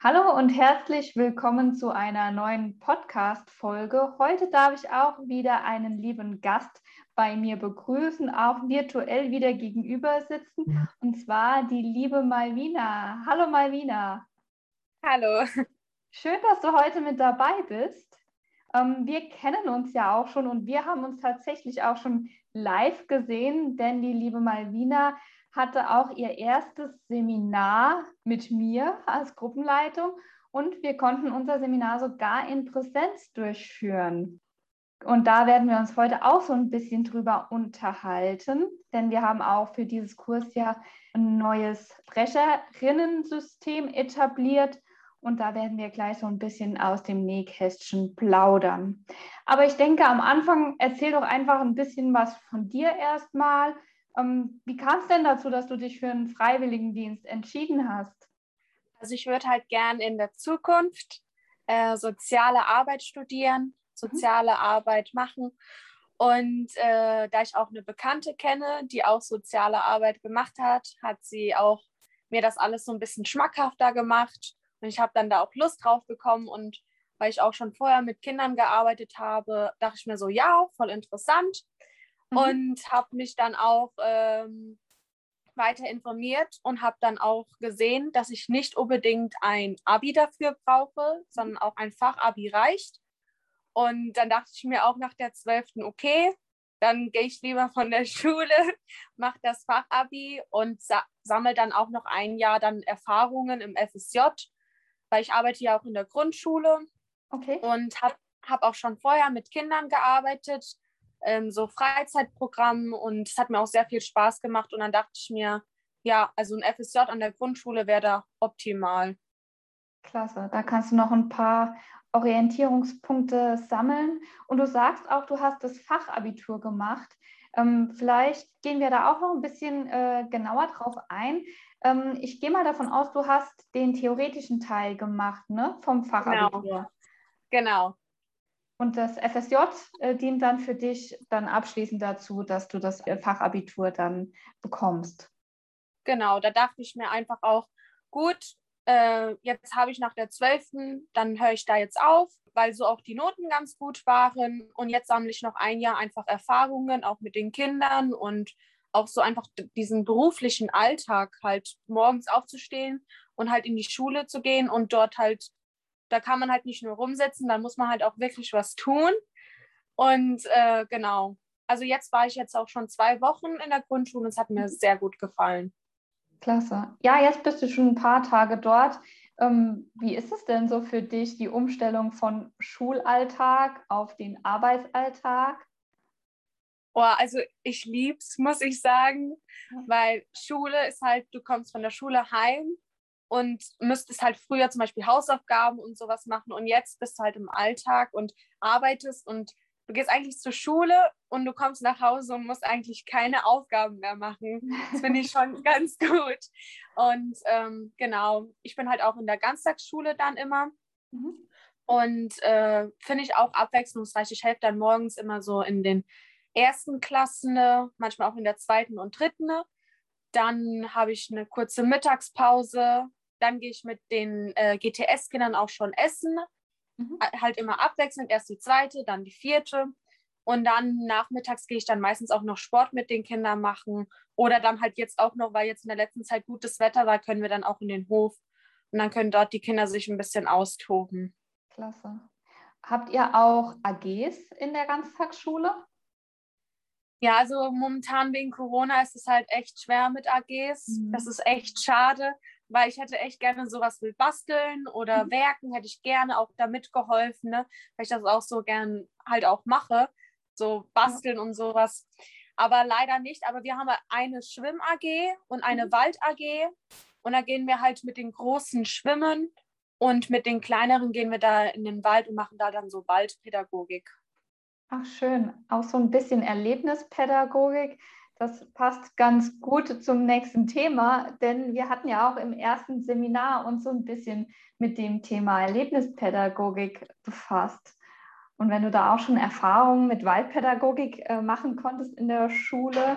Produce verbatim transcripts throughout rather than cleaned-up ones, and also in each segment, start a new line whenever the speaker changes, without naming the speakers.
Hallo und herzlich willkommen zu einer neuen Podcast-Folge. Heute darf ich auch wieder einen lieben Gast bei mir begrüßen, auch virtuell wieder gegenüber sitzen, und zwar die liebe Malvina. Hallo Malvina.
Hallo.
Schön, dass du heute mit dabei bist. Ähm, wir kennen uns ja auch schon und wir haben uns tatsächlich auch schon live gesehen, denn die liebe Malvina hatte auch ihr erstes Seminar mit mir als Gruppenleitung und wir konnten unser Seminar sogar in Präsenz durchführen. Und da werden wir uns heute auch so ein bisschen drüber unterhalten, denn wir haben auch für dieses Kurs ja ein neues Sprecherinnensystem etabliert und da werden wir gleich so ein bisschen aus dem Nähkästchen plaudern. Aber ich denke, am Anfang erzähl doch einfach ein bisschen was von dir erstmal. Ähm, wie kam es denn dazu, dass du dich für einen Freiwilligendienst entschieden hast?
Also ich würde halt gern in der Zukunft äh, soziale Arbeit studieren,
Mhm.
soziale Arbeit machen. Und äh, da ich auch eine Bekannte kenne, die auch soziale Arbeit gemacht hat, hat sie auch mir das alles so ein bisschen schmackhafter gemacht. Und ich habe dann da auch Lust drauf bekommen. Und weil ich auch schon vorher mit Kindern gearbeitet habe, dachte ich mir so, ja, voll interessant.
Mhm.
Und habe mich dann auch ähm, weiter informiert und habe dann auch gesehen, dass ich nicht unbedingt ein Abi dafür brauche, sondern auch ein Fachabi reicht. Und dann dachte ich mir auch nach der zwölften okay, dann gehe ich lieber von der Schule, mache das Fachabi und sa- sammle dann auch noch ein Jahr dann Erfahrungen im F S J, weil ich arbeite ja auch in der Grundschule
Okay.
und habe hab auch schon vorher mit Kindern gearbeitet, ähm, so Freizeitprogrammen, und es hat mir auch sehr viel Spaß gemacht und dann dachte ich mir, ja, also ein F S J an der Grundschule wäre da optimal.
Klasse, da kannst du noch ein paar Orientierungspunkte sammeln. Und du sagst auch, du hast das Fachabitur gemacht. Ähm, vielleicht gehen wir da auch noch ein bisschen äh, genauer drauf ein. Ähm, ich gehe mal davon aus, du hast den theoretischen Teil gemacht, ne, vom
Genau,
Fachabitur.
genau.
Und das F S J äh, dient dann für dich dann abschließend dazu, dass du das äh, Fachabitur dann bekommst.
Genau, da dachte ich mir einfach auch, gut, äh, jetzt habe ich nach der zwölften, dann höre ich da jetzt auf, weil so auch die Noten ganz gut waren. Und jetzt sammle ich noch ein Jahr einfach Erfahrungen, auch mit den Kindern und auch so einfach diesen beruflichen Alltag, halt morgens aufzustehen und halt in die Schule zu gehen und dort halt, da kann man halt nicht nur rumsitzen, dann muss man halt auch wirklich was tun. Und äh, genau, also jetzt war ich jetzt auch schon zwei Wochen in der Grundschule und es hat mir sehr gut gefallen.
Klasse. Ja, jetzt bist du schon ein paar Tage dort. Ähm, wie ist es denn so für dich, die Umstellung von Schulalltag auf den Arbeitsalltag?
Oh, also ich lieb's, muss ich sagen, weil Schule ist halt, du kommst von der Schule heim und müsstest halt früher zum Beispiel Hausaufgaben und sowas machen und jetzt bist du halt im Alltag und arbeitest und du gehst eigentlich zur Schule und du kommst nach Hause und musst eigentlich keine Aufgaben mehr machen. Das finde ich schon ganz gut. Und ähm, genau, ich bin halt auch in der Ganztagsschule dann immer.
Mhm.
Und äh, finde ich auch abwechslungsreich. Ich helfe dann morgens immer so in den ersten Klassen, ne, manchmal auch in der zweiten und dritten. Ne. Dann habe ich eine kurze Mittagspause. Dann gehe ich mit den äh, G T S-Kindern auch schon essen.
Mhm.
Äh, Halt immer abwechselnd. Erst die zweite, dann die vierte. Und dann nachmittags gehe ich dann meistens auch noch Sport mit den Kindern machen. Oder dann halt jetzt auch noch, weil jetzt in der letzten Zeit gutes Wetter war, können wir dann auch in den Hof. Und dann können dort die Kinder sich ein bisschen austoben.
Klasse. Habt ihr auch A Gs in der Ganztagsschule?
Ja, also momentan wegen Corona ist es halt echt schwer mit A Gs. Das
Mhm.
ist echt schade, weil ich hätte echt gerne sowas wie Basteln oder
Mhm.
Werken, hätte ich gerne auch da mitgeholfen, ne? Weil ich das auch so gern halt auch mache, so
Ja.
Basteln und sowas. Aber leider nicht. Aber wir haben eine Schwimm-A G und eine
Mhm.
Wald-A G und da gehen wir halt mit den Großen schwimmen und mit den Kleineren gehen wir da in den Wald und machen da dann so Waldpädagogik.
Ach, schön. Auch so ein bisschen Erlebnispädagogik. Das passt ganz gut zum nächsten Thema, denn wir hatten ja auch im ersten Seminar uns so ein bisschen mit dem Thema Erlebnispädagogik befasst. Und wenn du da auch schon Erfahrungen mit Waldpädagogik äh, machen konntest in der Schule,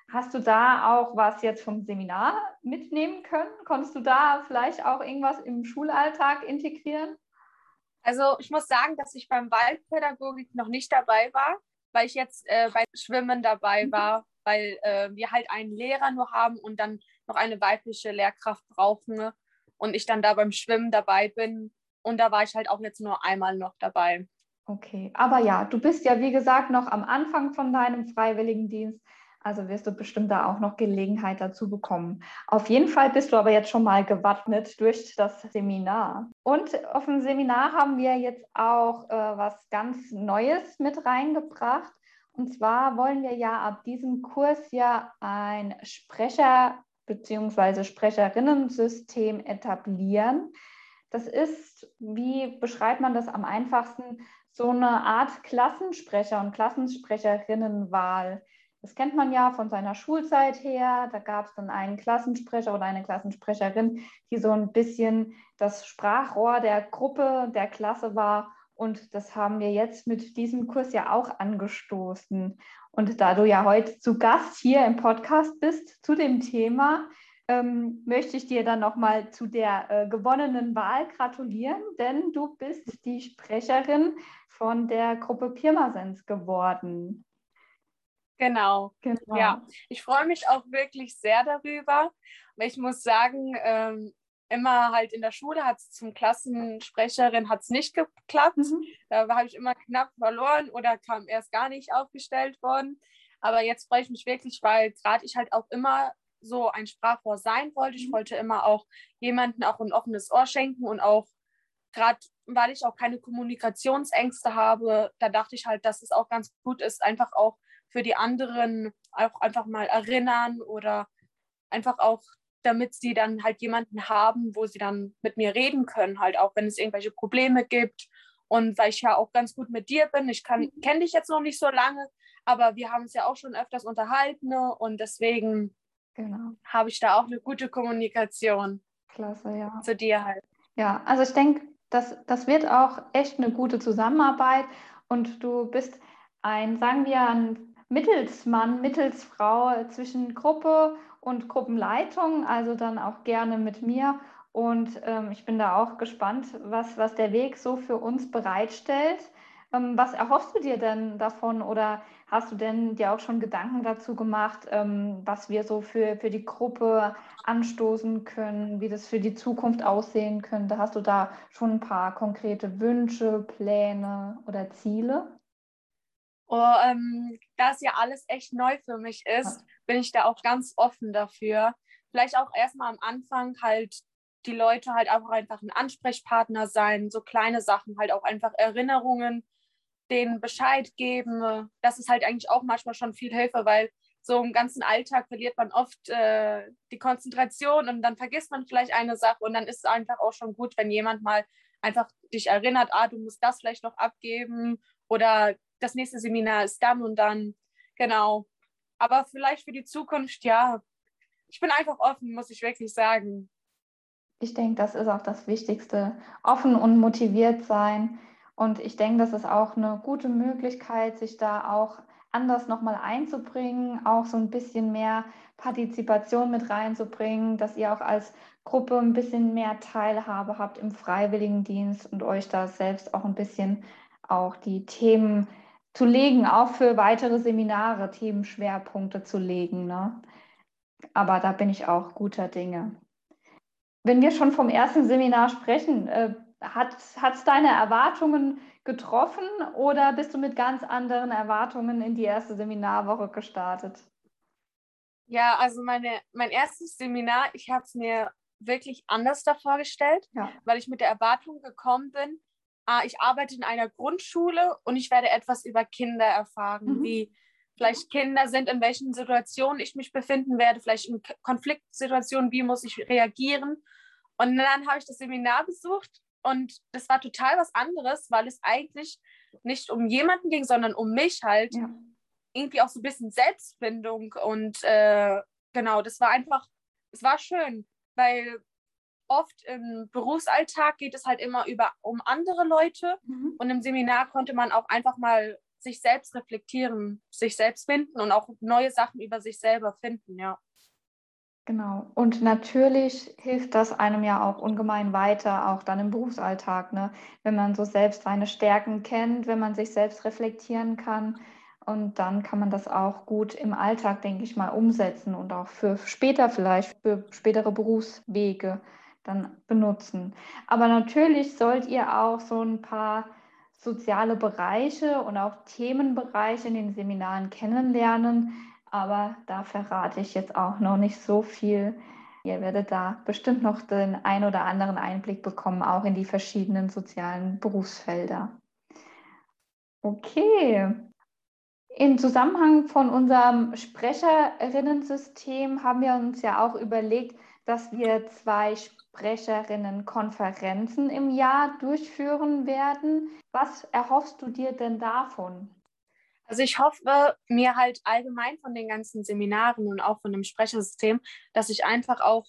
Hast du da auch was jetzt vom Seminar mitnehmen können? Konntest du da vielleicht auch irgendwas im Schulalltag integrieren?
Also ich muss sagen, dass ich beim Waldpädagogik noch nicht dabei war, weil ich jetzt äh, beim Schwimmen dabei war, weil äh, wir halt einen Lehrer nur haben und dann noch eine weibliche Lehrkraft brauchen und ich dann da beim Schwimmen dabei bin. Und da war ich halt auch jetzt nur einmal noch dabei.
Okay, aber ja, du bist ja wie gesagt noch am Anfang von deinem Freiwilligendienst, also wirst du bestimmt da auch noch Gelegenheit dazu bekommen. Auf jeden Fall bist du aber jetzt schon mal gewappnet durch das Seminar. Und auf dem Seminar haben wir jetzt auch äh, was ganz Neues mit reingebracht. Und zwar wollen wir ja ab diesem Kurs ja ein Sprecher- bzw. Sprecherinnensystem etablieren. Das ist, wie beschreibt man das am einfachsten, so eine Art Klassensprecher- und Klassensprecherinnenwahl. Das kennt man ja von seiner Schulzeit her. Da gab es dann einen Klassensprecher oder eine Klassensprecherin, die so ein bisschen das Sprachrohr der Gruppe, der Klasse war. Und das haben wir jetzt mit diesem Kurs ja auch angestoßen. Und da du ja heute zu Gast hier im Podcast bist zu dem Thema, ähm, möchte ich dir dann nochmal zu der äh, gewonnenen Wahl gratulieren, denn du bist die Sprecherin von der Gruppe Pirmasens geworden.
Genau.
Genau.
Ja, ich freue mich auch wirklich sehr darüber, weil ich muss sagen, ähm, immer halt in der Schule hat es zum Klassensprecherin hat's nicht geklappt.
Mhm.
Da habe ich immer knapp verloren oder kam erst gar nicht aufgestellt worden. Aber jetzt freue ich mich wirklich, weil gerade ich halt auch immer so ein Sprachrohr sein wollte. Ich
Mhm.
wollte immer auch jemanden auch ein offenes Ohr schenken und auch gerade, weil ich auch keine Kommunikationsängste habe, da dachte ich halt, dass es auch ganz gut ist, einfach auch für die anderen auch einfach mal erinnern oder einfach auch, damit sie dann halt jemanden haben, wo sie dann mit mir reden können, halt auch, wenn es irgendwelche Probleme gibt. Und weil ich ja auch ganz gut mit dir bin, ich kenne dich jetzt noch nicht so lange, aber wir haben uns ja auch schon öfters unterhalten, ne? Und deswegen
Genau.
habe ich da auch eine gute Kommunikation.
Klasse, ja.
Zu dir halt.
Ja, also ich denke, das, das wird auch echt eine gute Zusammenarbeit und du bist ein, sagen wir, ein Mittelsmann, Mittelsfrau zwischen Gruppe und Gruppenleitung, also dann auch gerne mit mir. Und ähm, ich bin da auch gespannt, was, was der Weg so für uns bereitstellt. Ähm, was erhoffst du dir denn davon oder hast du denn dir auch schon Gedanken dazu gemacht, ähm, was wir so für, für die Gruppe anstoßen können, wie das für die Zukunft aussehen könnte? Hast du da schon ein paar konkrete Wünsche, Pläne oder Ziele?
Oh, ähm, da es ja alles echt neu für mich ist, bin ich da auch ganz offen dafür. Vielleicht auch erstmal am Anfang halt die Leute halt auch einfach ein Ansprechpartner sein, so kleine Sachen, halt auch einfach Erinnerungen, denen Bescheid geben. Das ist halt eigentlich auch manchmal schon viel Hilfe, weil so im ganzen Alltag verliert man oft äh, die Konzentration und dann vergisst man vielleicht eine Sache und dann ist es einfach auch schon gut, wenn jemand mal einfach dich erinnert, ah, du musst das vielleicht noch abgeben oder das nächste Seminar ist dann und dann. Genau. Aber vielleicht für die Zukunft, ja, ich bin einfach offen, muss ich wirklich sagen.
Ich denke, das ist auch das Wichtigste. Offen und motiviert sein. Und ich denke, das ist auch eine gute Möglichkeit, sich da auch anders nochmal einzubringen, auch so ein bisschen mehr Partizipation mit reinzubringen, dass ihr auch als Gruppe ein bisschen mehr Teilhabe habt im Freiwilligendienst und euch da selbst auch ein bisschen auch die Themen zu legen, auch für weitere Seminare, Themenschwerpunkte zu legen, ne? Aber da bin ich auch guter Dinge. Wenn wir schon vom ersten Seminar sprechen, äh, hat es deine Erwartungen getroffen oder bist du mit ganz anderen Erwartungen in die erste Seminarwoche gestartet?
Ja, also meine, mein erstes Seminar, ich habe es mir wirklich anders da vorgestellt,
Ja.
weil ich mit der Erwartung gekommen bin, ah, ich arbeite in einer Grundschule und ich werde etwas über Kinder erfahren,
Mhm.
wie vielleicht Kinder sind, in welchen Situationen ich mich befinden werde, vielleicht in Konfliktsituationen, wie muss ich reagieren. Und dann habe ich das Seminar besucht und das war total was anderes, weil es eigentlich nicht um jemanden ging, sondern um mich halt.
Ja.
Irgendwie auch so ein bisschen Selbstfindung und äh, genau, das war einfach, es war schön, weil oft im Berufsalltag geht es halt immer über um andere Leute
Mhm.
und im Seminar konnte man auch einfach mal sich selbst reflektieren, sich selbst finden und auch neue Sachen über sich selber finden, ja.
Genau. Und natürlich hilft das einem ja auch ungemein weiter, auch dann im Berufsalltag, ne? Wenn man so selbst seine Stärken kennt, wenn man sich selbst reflektieren kann. Und dann kann man das auch gut im Alltag, denke ich mal, umsetzen und auch für später vielleicht, für spätere Berufswege dann benutzen. Aber natürlich sollt ihr auch so ein paar soziale Bereiche und auch Themenbereiche in den Seminaren kennenlernen. Aber da verrate ich jetzt auch noch nicht so viel. Ihr werdet da bestimmt noch den ein oder anderen Einblick bekommen, auch in die verschiedenen sozialen Berufsfelder. Okay. Im Zusammenhang von unserem Sprecherinnensystem haben wir uns ja auch überlegt, dass wir zwei Sprecherinnenkonferenzen im Jahr durchführen werden. Was erhoffst du dir denn davon?
Also ich hoffe mir halt allgemein von den ganzen Seminaren und auch von dem Sprechersystem, dass ich einfach auch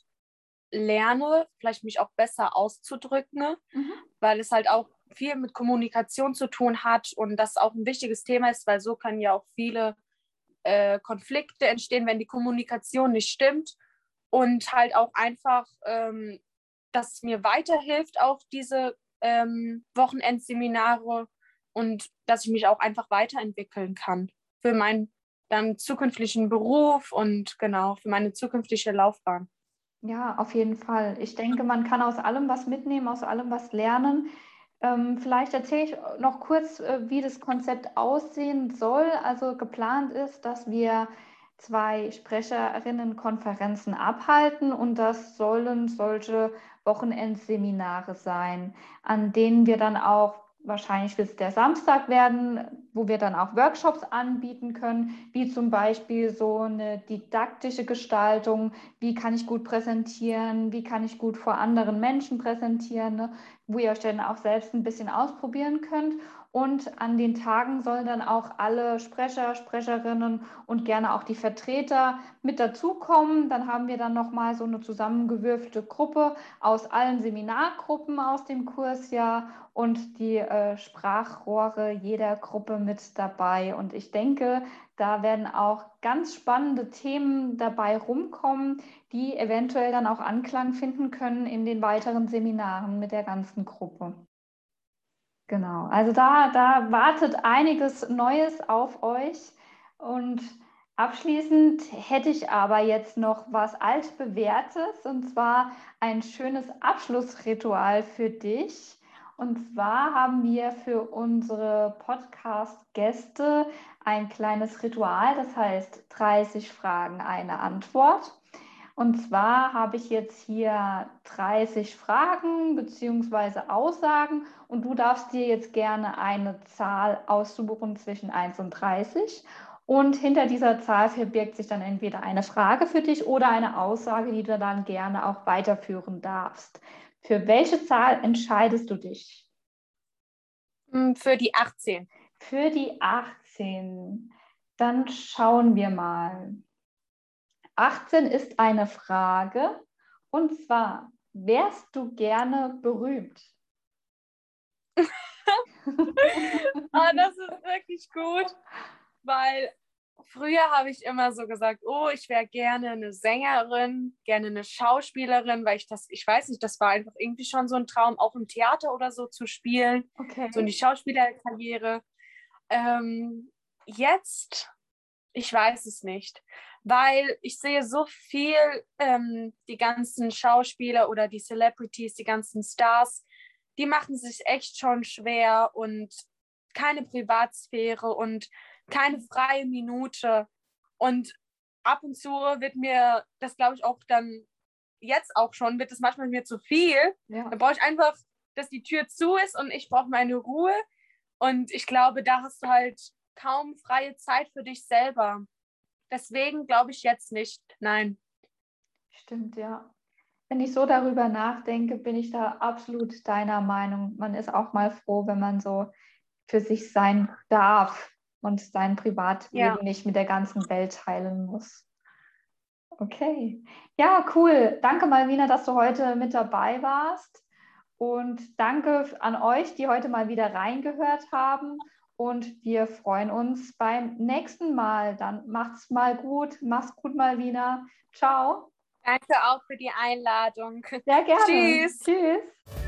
lerne, vielleicht mich auch besser auszudrücken,
Mhm.
weil es halt auch viel mit Kommunikation zu tun hat und das auch ein wichtiges Thema ist, weil so können ja auch viele äh, Konflikte entstehen, wenn die Kommunikation nicht stimmt und halt auch einfach, ähm, dass es mir weiterhilft, auch diese ähm, Wochenendseminare und dass ich mich auch einfach weiterentwickeln kann für meinen dann zukünftigen Beruf und genau, für meine zukünftige Laufbahn.
Ja, auf jeden Fall. Ich denke, man kann aus allem was mitnehmen, aus allem was lernen. Ähm, vielleicht erzähle ich noch kurz, äh, wie das Konzept aussehen soll. Also geplant ist, dass wir zwei Sprecherinnenkonferenzen abhalten und das sollen solche Wochenendseminare sein, an denen wir dann auch, wahrscheinlich wird es der Samstag werden, wo wir dann auch Workshops anbieten können, wie zum Beispiel so eine didaktische Gestaltung. Wie kann ich gut präsentieren? Wie kann ich gut vor anderen Menschen präsentieren? Ne? Wo ihr euch dann auch selbst ein bisschen ausprobieren könnt. Und an den Tagen sollen dann auch alle Sprecher, Sprecherinnen und gerne auch die Vertreter mit dazukommen. Dann haben wir dann nochmal so eine zusammengewürfelte Gruppe aus allen Seminargruppen aus dem Kursjahr und die äh, Sprachrohre jeder Gruppe mit dabei. Und ich denke, da werden auch ganz spannende Themen dabei rumkommen, die eventuell dann auch Anklang finden können in den weiteren Seminaren mit der ganzen Gruppe. Genau, also da, da wartet einiges Neues auf euch. Und abschließend hätte ich aber jetzt noch was altbewährtes, und zwar ein schönes Abschlussritual für dich. Und zwar haben wir für unsere Podcast-Gäste ein kleines Ritual, das heißt dreißig Fragen, eine Antwort. Und zwar habe ich jetzt hier dreißig Fragen bzw. Aussagen und du darfst dir jetzt gerne eine Zahl aussuchen zwischen eins und dreißig. Und hinter dieser Zahl verbirgt sich dann entweder eine Frage für dich oder eine Aussage, die du dann gerne auch weiterführen darfst. Für welche Zahl entscheidest du dich?
Für die achtzehn.
Für die achtzehn. Dann schauen wir mal. achtzehn ist eine Frage, und zwar, wärst du gerne berühmt?
Ah, das ist wirklich gut, weil früher habe ich immer so gesagt, oh, ich wäre gerne eine Sängerin, gerne eine Schauspielerin, weil ich das, ich weiß nicht, das war einfach irgendwie schon so ein Traum, auch im Theater oder so zu spielen,
Okay.
so in die Schauspielerkarriere. Ähm, jetzt, ich weiß es nicht, weil ich sehe so viel, ähm, die ganzen Schauspieler oder die Celebrities, die ganzen Stars, die machen sich echt schon schwer und keine Privatsphäre und keine freie Minute. Und ab und zu wird mir das, glaube ich, auch dann jetzt auch schon, wird es manchmal mir zu viel.
Ja.
Da brauche ich einfach, dass die Tür zu ist und ich brauche meine Ruhe. Und ich glaube, da hast du halt kaum freie Zeit für dich selber. Deswegen glaube ich jetzt nicht, nein.
Stimmt, ja. Wenn ich so darüber nachdenke, bin ich da absolut deiner Meinung. Man ist auch mal froh, wenn man so für sich sein darf und sein Privatleben
Ja.
nicht mit der ganzen Welt teilen muss. Okay. Ja, cool. Danke, Malvina, dass du heute mit dabei warst. Und danke an euch, die heute mal wieder reingehört haben. und wir freuen uns beim nächsten Mal. Dann macht's mal gut, mach's gut, Malvina. Ciao.
Danke auch für die Einladung.
Sehr gerne.
Tschüss.
Tschüss.